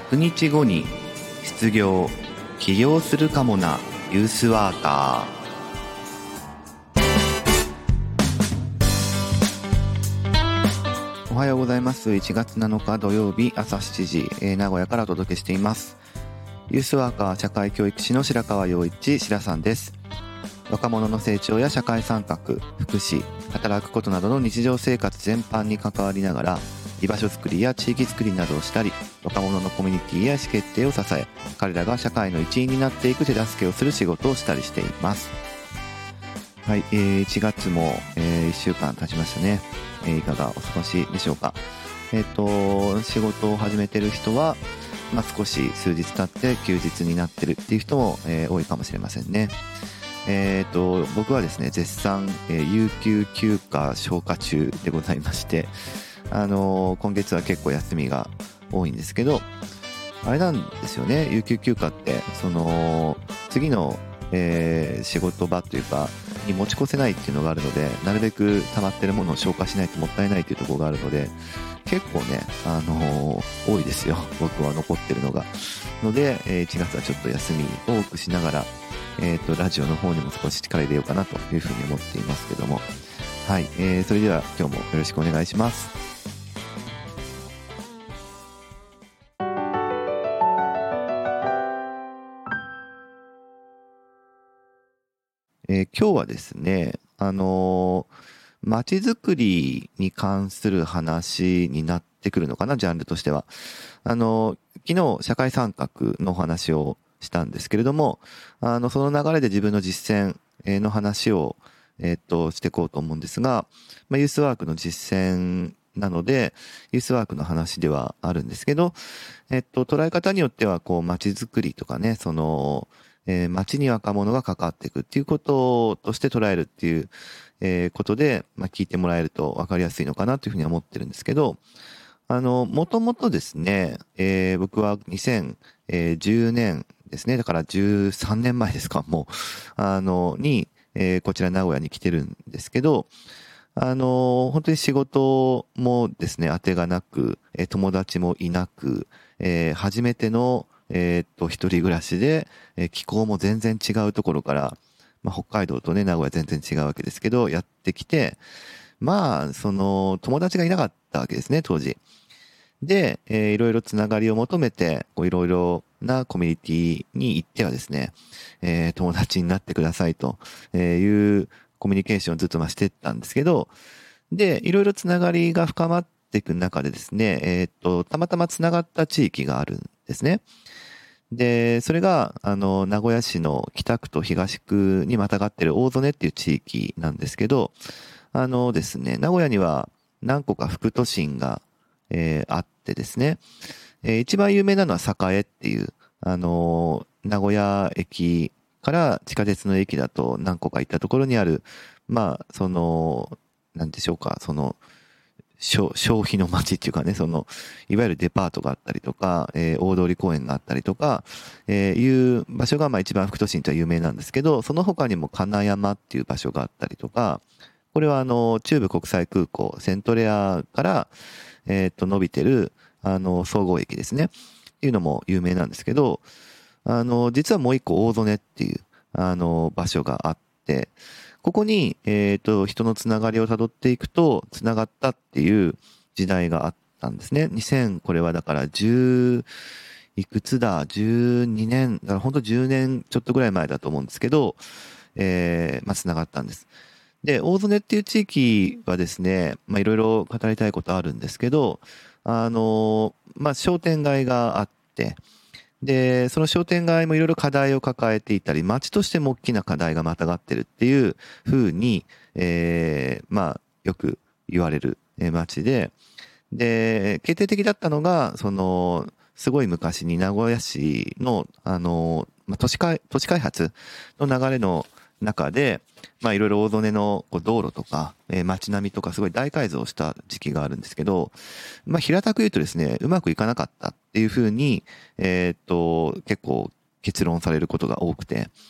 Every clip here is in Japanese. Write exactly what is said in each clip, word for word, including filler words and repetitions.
くにちごに失業起業するかもなユースワーカー。おはようございます。いちがつなのか土曜日朝しちじ、えー、名古屋からお届けしています。ユースワーカー社会教育士の白川陽一白さんです。若者の成長や社会参画、福祉、働くことなどの日常生活全般に関わりながら居場所づくりや地域づくりなどをしたり、若者のコミュニティや意思決定を支え、彼らが社会の一員になっていく手助けをする仕事をしたりしています。はい、えー、いちがつも、えー、いっしゅうかん経ちましたね。えー、いかがお過ごしでしょうか。えっと仕事を始めてる人は、まあ、少し数日経って休日になってるっていう人も、えー、多いかもしれませんね。えー、と僕はですね絶賛、えー、有給休暇消化中でございまして、あのー、今月は結構休みが多いんですけど、あれなんですよね、有給休暇ってその次の、えー、仕事場というかに持ち越せないっていうのがあるので、なるべく溜まってるものを消化しないともったいないというところがあるので、結構ね、あのー、多いですよ、僕は残ってるのが。ので、えー、いちがつはちょっと休みを多くしながら、えーと、ラジオの方にも少し力入れようかなというふうに思っていますけども、はい、えー、それでは今日もよろしくお願いします。えー、今日はですね、あのー、街づくりに関する話になってくるのかな、ジャンルとしては。あのー、昨日社会参画のお話をしたんですけれども、あのその流れで自分の実践の話を、えー、っとしていこうと思うんですが、まあ、ユースワークの実践なのでユースワークの話ではあるんですけど、えっと捉え方によってはこう街づくりとかね、その、えー、街に若者が関わっていくっていうこととして捉えるっていう、えー、ことで、まあ、聞いてもらえると分かりやすいのかなというふうには思ってるんですけど、あのもともとですね、えー、僕はにせんじゅうねんですね。だからじゅうさんねんまえですか、もう。あの、に、えー、こちら名古屋に来てるんですけど、あの、本当に仕事もですね、当てがなく、えー、友達もいなく、えー、初めての、えー、っと、一人暮らしで、えー、気候も全然違うところから、まあ、北海道とね、名古屋全然違うわけですけど、やってきて、まあ、その、友達がいなかったわけですね、当時。で、えー、いろいろつながりを求めて、こういろいろなコミュニティに行ってはですね、えー、友達になってくださいというコミュニケーションをずっとまあしてったんですけど、で、いろいろつながりが深まっていく中でですね、えー、っと、たまたまつながった地域があるんですね。で、それが、あの、名古屋市の北区と東区にまたがってる大曽根っていう地域なんですけど、あのですね、名古屋には何個か副都心がえー、あってですね、えー、一番有名なのは栄っていう、あのー、名古屋駅から地下鉄の駅だと何個か行ったところにある、まあ、その、なんでしょうか、その、消費の街っていうかね、その、いわゆるデパートがあったりとか、えー、大通公園があったりとか、えー、いう場所がまあ一番副都心とは有名なんですけど、その他にも金山っていう場所があったりとか、これはあの、中部国際空港、セントレアから、えっと、伸びてる、あの、総合駅ですね。っていうのも有名なんですけど、あの、実はもう一個大曽根っていう、あの、場所があって、ここに、えっと、人のつながりをたどっていくと、つながったっていう時代があったんですね。にせん、これはだからじゅう、いくつだ、じゅうにねん、だから本当じゅうねんちょっとぐらい前だと思うんですけど、えー、まあ、つながったんです。で、大曽根っていう地域はですね、まあいろいろ語りたいことあるんですけど、あの、まあ商店街があって、で、その商店街もいろいろ課題を抱えていたり、街としても大きな課題がまたがってるっていうふうに、えー、まあよく言われる街で、で、決定的だったのが、その、すごい昔に名古屋市の、あの、まあ、都市開、都市開発の流れの中で、まあいろいろ大曽根のこう道路とか、えー、街並みとかすごい大改造した時期があるんですけど、まあ平たく言うとですね、うまくいかなかったっていうふうに、えー、っと、結構結論されることが多くて、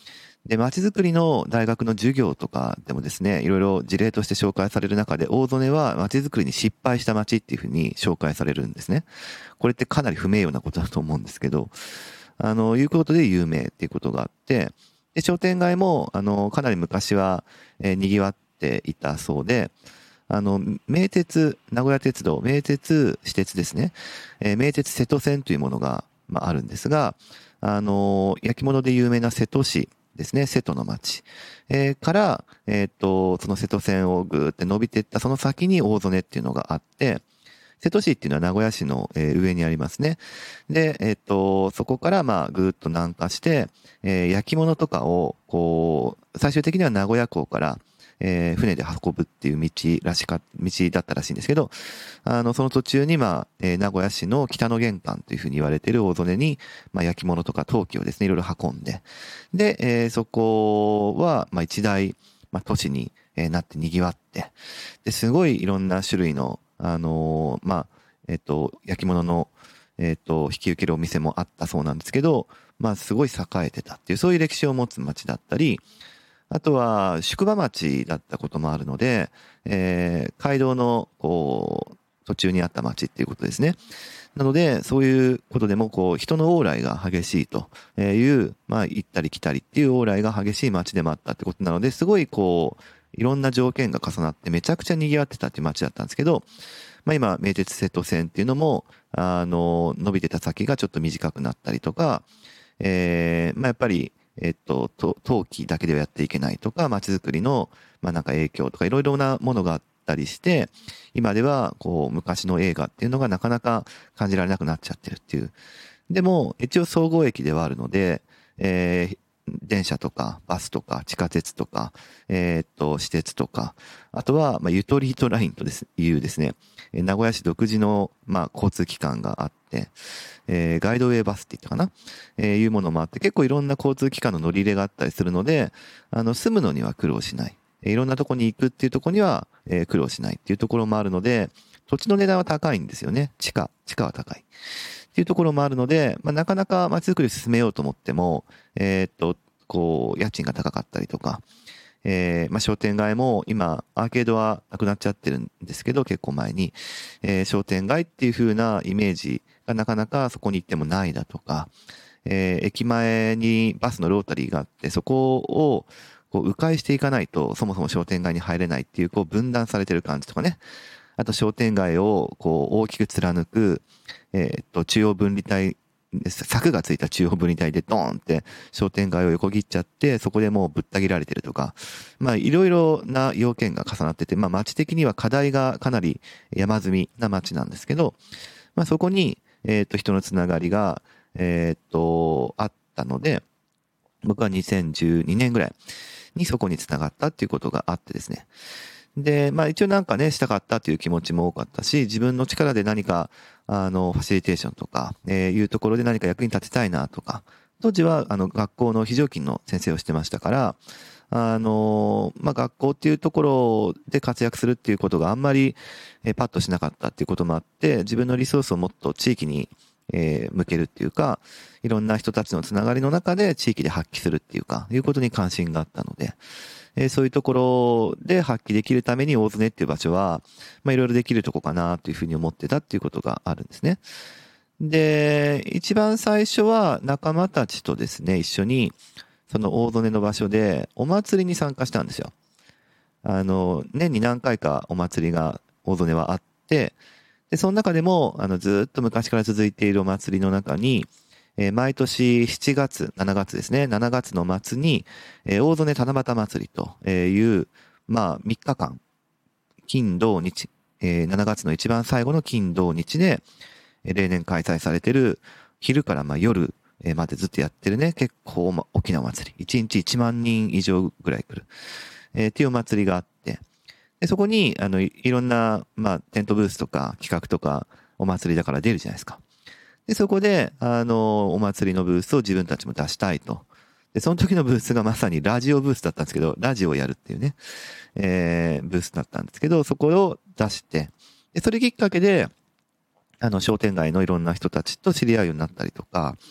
で、街づくりの大学の授業とかでもですね、いろいろ事例として紹介される中で、大曽根は街づくりに失敗した街っていうふうに紹介されるんですね。これってかなり不名誉なことだと思うんですけど、あの、いうことで有名っていうことがあって、で、商店街も、あの、かなり昔は、えー、賑わっていたそうで、あの、名鉄、名古屋鉄道、名鉄、私鉄ですね。えー、名鉄瀬戸線というものが、まあ、あるんですが、あの、焼き物で有名な瀬戸市ですね、瀬戸の町、えー、から、えっと、その瀬戸線をぐーって伸びていったその先に大曽根っていうのがあって、瀬戸市っていうのは名古屋市の、えー上にありますね。で、えっと、そこからまあぐーっと南下して、えー焼き物とかを、こう、最終的には名古屋港から、えー船で運ぶっていう道らしか、道だったらしいんですけど、あの、その途中に、まあ、えー名古屋市の北の玄関というふうに言われている大曽根に、まあ、焼き物とか陶器をですね、いろいろ運んで、で、えーそこは、まあ、一大、まあ、都市に、えーなって賑わって、で、すごいいろんな種類の、あのーまあ、えっと、焼き物の、えっと、引き受けるお店もあったそうなんですけど、まあ、すごい栄えてたっていう、そういう歴史を持つ町だったり、あとは、宿場町だったこともあるので、えー街道の、こう、途中にあった町っていうことですね。なので、そういうことでも、こう、人の往来が激しいという、まあ、行ったり来たりっていう往来が激しい町でもあったってことなので、すごい、こう、いろんな条件が重なってめちゃくちゃ賑わってたっていう町だったんですけど、まあ今、名鉄瀬戸線っていうのも、あの、伸びてた先がちょっと短くなったりとか、えー、まあやっぱり、えっと、と陶器だけではやっていけないとか、街づくりの、まあなんか影響とかいろいろなものがあったりして、今では、こう、昔の映画っていうのがなかなか感じられなくなっちゃってるっていう。でも、一応総合駅ではあるので、えー電車とかバスとか地下鉄とか、えーっと、私鉄とか、あとは、まあ、ゆとりーとラインとですいうですね、えー名古屋市独自の、まあ、交通機関があって、えーガイドウェイバスって言ったかな、えーいうものもあって、結構いろんな交通機関の乗り入れがあったりするので、あの、住むのには苦労しない。えーいろんなとこに行くっていうところには、えー苦労しないっていうところもあるので、土地の値段は高いんですよね。地価、地価は高い。っていうところもあるので、まあ、なかなか街づくりを進めようと思っても、えーっと、こう、家賃が高かったりとか、えーまあ、商店街も今、アーケードはなくなっちゃってるんですけど、結構前に、えー商店街っていう風なイメージがなかなかそこに行ってもないだとか、えー駅前にバスのロータリーがあって、そこをこう迂回していかないと、そもそも商店街に入れないっていう、こう分断されてる感じとかね。あと商店街をこう大きく貫く、えーっと、中央分離帯、柵がついた中央分離帯でドーンって商店街を横切っちゃって、そこでもうぶった切られてるとか、まあいろいろな要件が重なってて、まあ街的には課題がかなり山積みな街なんですけど、まあそこに、えーっと、人のつながりが、えーっと、あったので、僕はにせんじゅうにねんぐらいにそこにつながったっていうことがあってですね。で、まあ一応なんかね、したかったっていう気持ちも多かったし、自分の力で何か、あの、ファシリテーションとか、えーいうところで何か役に立てたいなとか、当時は、あの、学校の非常勤の先生をしてましたから、あの、まあ学校っていうところで活躍するっていうことがあんまり、えーパッとしなかったっていうこともあって、自分のリソースをもっと地域に、えー向けるっていうか、いろんな人たちのつながりの中で地域で発揮するっていうか、いうことに関心があったので、えーそういうところで発揮できるために大津根っていう場所は、まあいろいろできるとこかなというふうに思ってたっていうことがあるんですね。で、一番最初は仲間たちとですね、一緒に、その大曽根の場所でお祭りに参加したんですよ。あの、年に何回かお祭りが大曽根はあって、で、その中でも、あの、ずっと昔から続いているお祭りの中に、えー毎年しちがつ、しちがつですね、しちがつの末に、えー大曽根七夕祭りという、まあ、みっかかん、金土日、えーしちがつの一番最後の金土日で、えー例年開催されている、昼からまあ夜えーまでずっとやってるね、結構ま大きなお祭り。いちにちいちまん人以上ぐらい来る。えーっていうお祭りがあって、で、そこに、あの、いいろんな、まあ、テントブースとか企画とか、お祭りだから出るじゃないですか。で、そこで、あの、お祭りのブースを自分たちも出したいと。で、その時のブースがまさにラジオブースだったんですけど、ラジオをやるっていうね、えー、ブースだったんですけど、そこを出して、で、それきっかけで、あの、商店街のいろんな人たちと知り合うようになったりとか、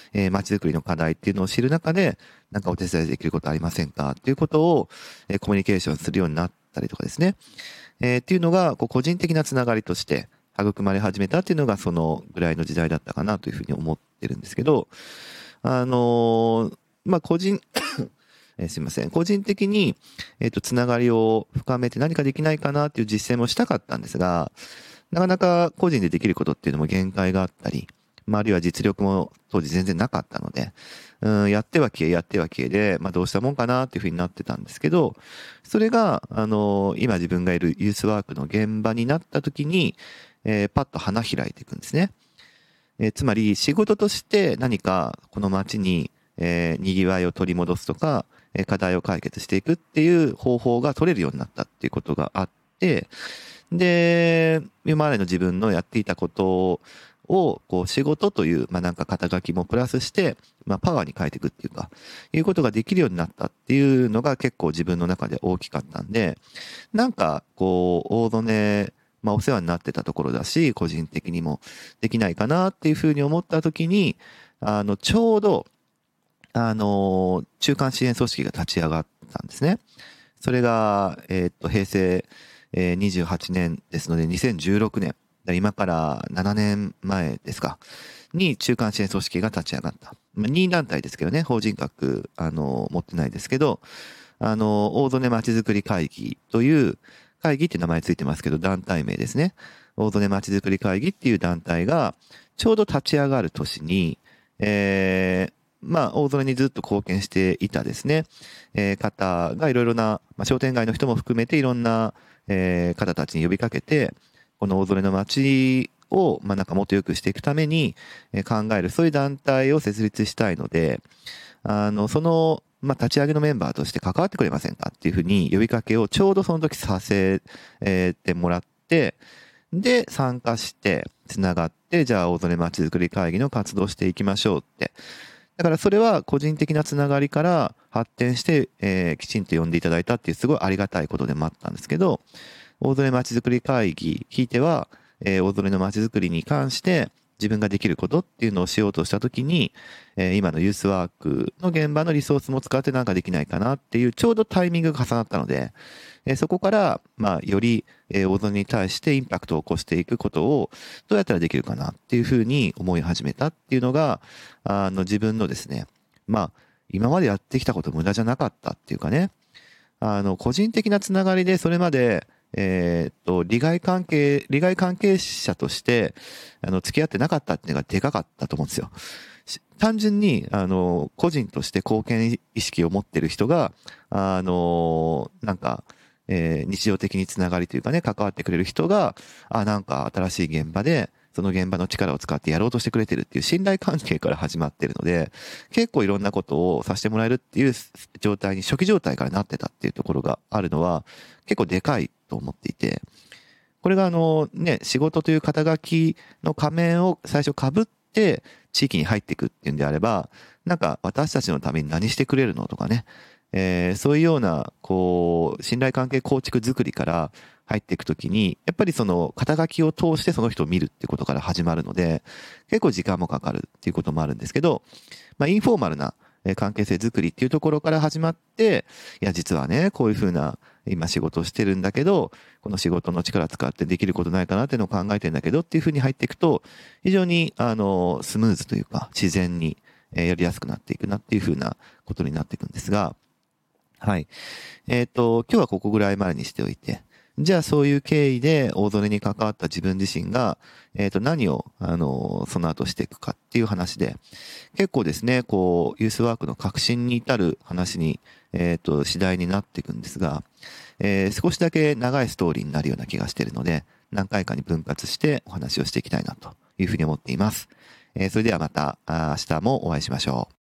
えー、街づくりの課題っていうのを知る中で、なんかお手伝いできることありませんかっていうことを、えー、コミュニケーションするようになったりとかですね。えー、っていうのが、こう、個人的なつながりとして育まれ始めたっていうのが、そのぐらいの時代だったかなというふうに思ってるんですけど、あのーまあ、個人、えーすいません。個人的に、えっと、つながりを深めて何かできないかなっていう実践もしたかったんですが、なかなか個人でできることっていうのも限界があったり、まあ、あるいは実力も当時全然なかったので、うん、やっては消え、やっては消えで、まあ、どうしたもんかなっていうふうになってたんですけど、それが、あの今自分がいるユースワークの現場になった時に、えーパッと花開いていくんですね。えーつまり仕事として何かこの街に、えー、賑わいを取り戻すとか、えー課題を解決していくっていう方法が取れるようになったっていうことがあって、で、今までの自分のやっていたことを、こう仕事という、まあなんか肩書きもプラスして、まあパワーに変えていくっていうか、いうことができるようになったっていうのが結構自分の中で大きかったんで、なんかこう、大曽根、まあお世話になってたところだし、個人的にもできないかなっていうふうに思った時に、あの、ちょうど、あの、中間支援組織が立ち上がったんですね。それが、えーっと、平成、えーにじゅうはちねんですので、にせんじゅうろくねん、今からななねんまえですか、に中間支援組織が立ち上がった。まあ、任意団体ですけどね、法人格、あの、持ってないですけど、あの、大曽根まちづくり会議という、会議って名前ついてますけど、団体名ですね。大曽根まちづくり会議っていう団体が、ちょうど立ち上がる年に、えー、まあ、大曽根にずっと貢献していたですね、えー方がいろいろな、まあ、商店街の人も含めていろんな、えー方たちに呼びかけて、この大曽根の街を、まあ、なんかもっと良くしていくために、えー考える、そういう団体を設立したいので、あの、その、まあ、立ち上げのメンバーとして関わってくれませんかっていうふうに呼びかけをちょうどその時させえーてもらって、で、参加して、つながって、じゃあ、大曽根まちづくり会議の活動をしていきましょうって。だからそれは個人的なつながりから発展して、えーきちんと呼んでいただいたっていうすごいありがたいことでもあったんですけど、大曽根まちづくり会議、ひいては、えー大曽根のまちづくりに関して自分ができることっていうのをしようとしたときに、えー今のユースワークの現場のリソースも使ってなんかできないかなっていうちょうどタイミングが重なったので、えーそこから、まあ、より、えー大曽根に対してインパクトを起こしていくことをどうやったらできるかなっていうふうに思い始めたっていうのが、あの自分のですね、まあ、今までやってきたこと無駄じゃなかったっていうかね、あの、個人的なつながりでそれまで、えーっと、利害関係、利害関係者として、あの、付き合ってなかったっていうのがでかかったと思うんですよ。し単純に、あの、個人として貢献意識を持ってる人が、あの、なんか、えー日常的につながりというかね、関わってくれる人が、あ、なんか新しい現場で、その現場の力を使ってやろうとしてくれてるっていう信頼関係から始まってるので、結構いろんなことをさせてもらえるっていう状態に初期状態からなってたっていうところがあるのは結構でかいと思っていて、これがあのね、仕事という肩書きの仮面を最初被って地域に入っていくっていうんであれば、なんか私たちのために何してくれるのとかね、えーそういうような、こう、信頼関係構築作りから入っていくときに、やっぱりその肩書きを通してその人を見るっていうことから始まるので、結構時間もかかるっていうこともあるんですけど、まあ、インフォーマルなえー関係性作りっていうところから始まって、いや、実はね、こういうふうな今仕事をしてるんだけど、この仕事の力使ってできることないかなっていうのを考えてんだけどっていうふうに入っていくと、非常に、あの、スムーズというか、自然に、えーやりやすくなっていくなっていうふうなことになっていくんですが、はい。えっと、今日はここぐらいまでにしておいて、じゃあそういう経緯で大曽根に関わった自分自身が、えっと、何を、あの、その後していくかっていう話で、結構ですね、こう、ユースワークの革新に至る話に、えっと、次第になっていくんですが、えー少しだけ長いストーリーになるような気がしているので、何回かに分割してお話をしていきたいなというふうに思っています。えーそれではまた、あー明日もお会いしましょう。